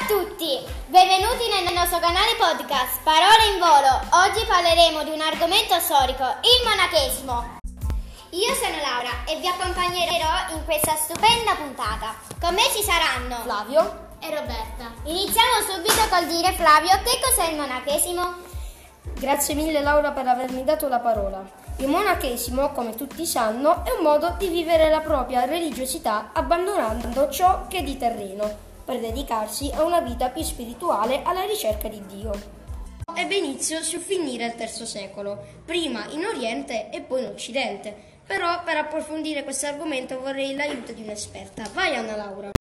tutti, benvenuti nel nostro canale podcast Parole in Volo. Oggi parleremo di un argomento storico, il monachesimo. Io sono Laura e vi accompagnerò in questa stupenda puntata. Con me ci saranno Flavio e Roberta. Iniziamo subito col dire, Flavio, che cos'è il monachesimo? Grazie mille Laura per avermi dato la parola. Il monachesimo, come tutti sanno, è un modo di vivere la propria religiosità abbandonando ciò che è di terreno, per dedicarsi a una vita più spirituale alla ricerca di Dio. Ebbe inizio sul finire il III secolo, prima in Oriente e poi in Occidente. Però per approfondire questo argomento vorrei l'aiuto di un'esperta. Vai Anna Laura!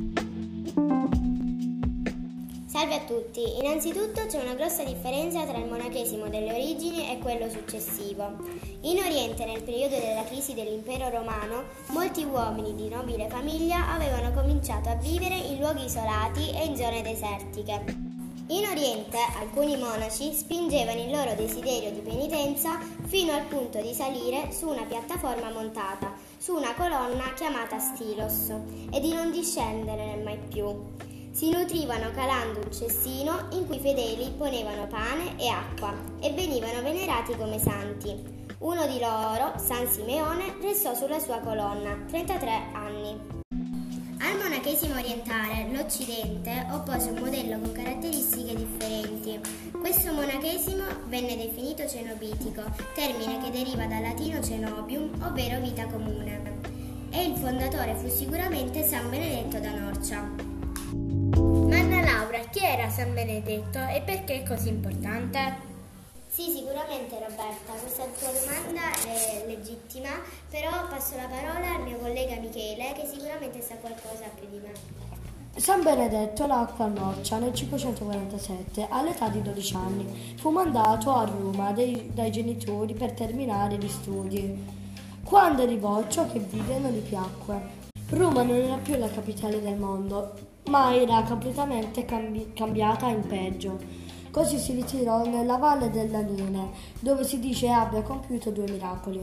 Salve a tutti, innanzitutto c'è una grossa differenza tra il monachesimo delle origini e quello successivo. In Oriente, nel periodo della crisi dell'impero romano, molti uomini di nobile famiglia avevano cominciato a vivere in luoghi isolati e in zone desertiche. In Oriente alcuni monaci spingevano il loro desiderio di penitenza fino al punto di salire su una piattaforma montata su una colonna chiamata stilos e di non discendere mai più. Si nutrivano calando un cestino in cui i fedeli ponevano pane e acqua e venivano venerati come santi. Uno di loro, San Simeone, restò sulla sua colonna 33 anni. Al monachesimo orientale, l'Occidente oppose un modello con caratteristiche differenti. Questo monachesimo venne definito cenobitico, termine che deriva dal latino cenobium, ovvero vita comune. E il fondatore fu sicuramente San Benedetto da Norcia. Anna Laura, chi era San Benedetto e perché è così importante? Sì, sicuramente Roberta, questa tua domanda è legittima, però passo la parola al mio collega Michele che sicuramente sa qualcosa più di me. San Benedetto nacque a Norcia nel 547 all'età di 12 anni. Fu mandato a Roma dai genitori per terminare gli studi. Quando arrivò, ciò che vide non gli piacque. Roma non era più la capitale del mondo, ma era completamente cambiata in peggio. Così si ritirò nella valle dell'Anine, dove si dice abbia compiuto 2 miracoli.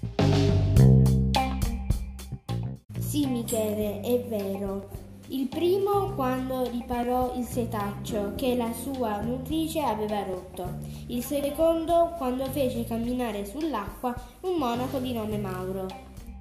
Sì, Michele, è vero. Il primo quando riparò il setaccio che la sua nutrice aveva rotto. Il secondo quando fece camminare sull'acqua un monaco di nome Mauro.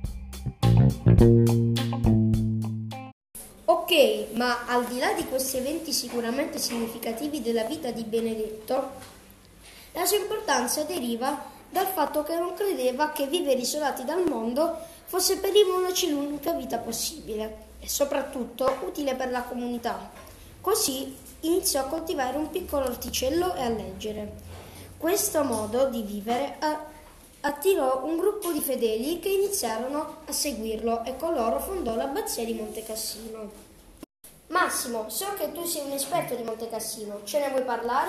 Ok, ma al di là di questi eventi sicuramente significativi della vita di Benedetto, la sua importanza deriva dal fatto che non credeva che vivere isolati dal mondo fosse per i monaci l'unica vita possibile e soprattutto utile per la comunità. Così iniziò a coltivare un piccolo orticello e a leggere. Questo modo di vivere attirò un gruppo di fedeli che iniziarono a seguirlo e con loro fondò l'abbazia di Montecassino. Massimo, so che tu sei un esperto di Montecassino, ce ne vuoi parlare?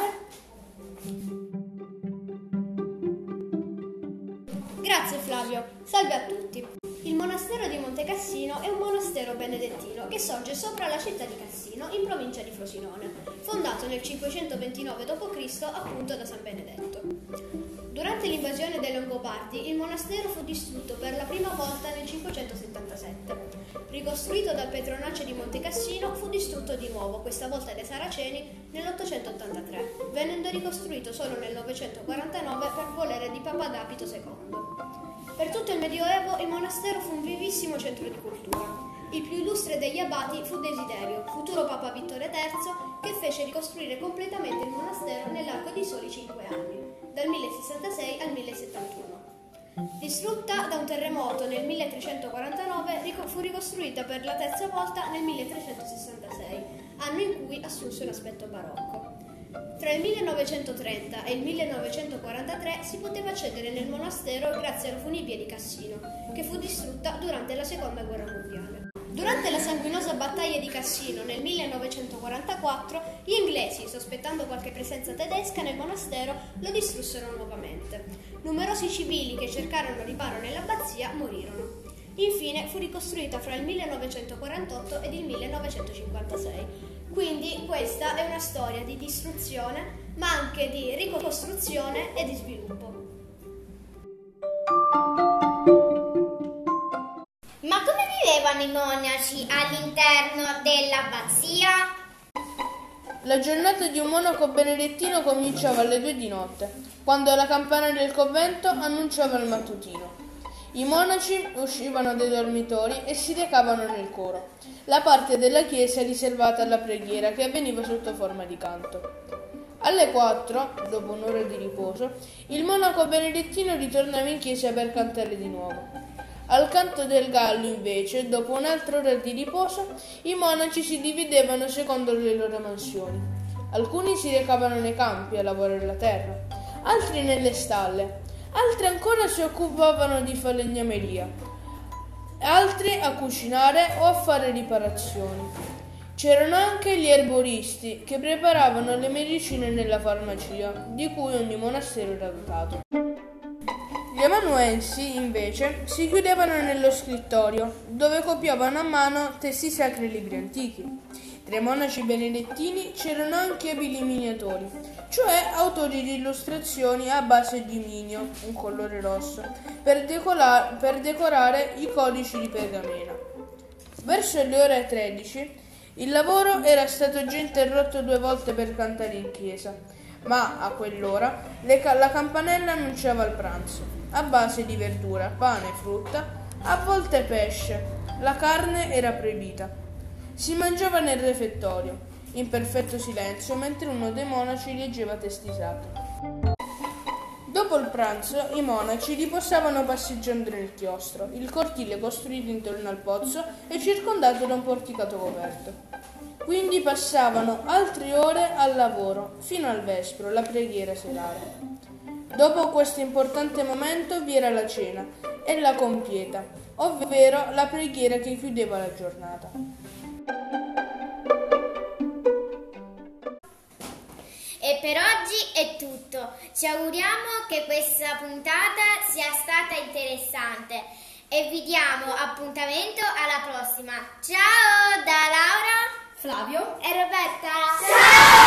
Grazie Flavio, salve a tutti. Il monastero di Montecassino è un monastero benedettino che sorge sopra la città di Cassino, in provincia di Frosinone, fondato nel 529 d.C. appunto da San Benedetto. Durante l'invasione dei Longobardi il monastero fu distrutto per la prima volta nel 577. Ricostruito dal Petronaccio di Montecassino, fu distrutto di nuovo, questa volta dai Saraceni, nell'883, venendo ricostruito solo nel 949 per volere di Papa Agapito II. Per tutto il Medioevo il monastero fu un vivissimo centro di cultura. Il più illustre degli abati fu Desiderio, futuro Papa Vittore III, che fece ricostruire completamente il monastero nell'arco di soli 5 anni, dal 1066 al 1071. Distrutta da un terremoto nel 1349, fu ricostruita per la terza volta nel 1366, anno in cui assunse un aspetto barocco. Tra il 1930 e il 1943 si poteva accedere nel monastero grazie alla funivia di Cassino, che fu distrutta durante la Seconda Guerra Mondiale. Durante la sanguinosa battaglia di Cassino nel 1944, gli inglesi, sospettando qualche presenza tedesca nel monastero, lo distrussero nuovamente. Numerosi civili che cercarono riparo nell'abbazia morirono. Infine fu ricostruita fra il 1948 ed il 1956. Quindi questa è una storia di distruzione, ma anche di ricostruzione e di sviluppo. Ma come vivevano i monaci all'interno dell'abbazia? La giornata di un monaco benedettino cominciava alle 2 di notte, quando la campana del convento annunciava il mattutino. I monaci uscivano dai dormitori e si recavano nel coro, la parte della chiesa riservata alla preghiera che avveniva sotto forma di canto. Alle 4, dopo un'ora di riposo, il monaco benedettino ritornava in chiesa per cantare di nuovo. Al canto del gallo, invece, dopo un'altra ora di riposo, i monaci si dividevano secondo le loro mansioni. Alcuni si recavano nei campi a lavorare la terra, altri nelle stalle, altri ancora si occupavano di falegnameria, altri a cucinare o a fare riparazioni. C'erano anche gli erboristi che preparavano le medicine nella farmacia, di cui ogni monastero era dotato. Gli amanuensi, invece, si chiudevano nello scrittorio, dove copiavano a mano testi sacri e libri antichi. Tra i monaci benedettini c'erano anche abili miniatori, cioè autori di illustrazioni a base di minio, un colore rosso, per decorare i codici di pergamena. Verso le ore 13 il lavoro era stato già interrotto 2 volte per cantare in chiesa, ma a quell'ora la campanella annunciava il pranzo, a base di verdura, pane, frutta, a volte pesce. La carne era proibita. Si mangiava nel refettorio, in perfetto silenzio, mentre uno dei monaci leggeva testi sacri. Dopo il pranzo, i monaci riposavano passeggiando nel chiostro, il cortile costruito intorno al pozzo e circondato da un porticato coperto. Quindi passavano altre ore al lavoro, fino al vespro, la preghiera serale. Dopo questo importante momento vi era la cena e la compieta, ovvero la preghiera che chiudeva la giornata. E per oggi è tutto. Ci auguriamo che questa puntata sia stata interessante e vi diamo appuntamento alla prossima. Ciao da Laura, Flavio e Roberta. Ciao!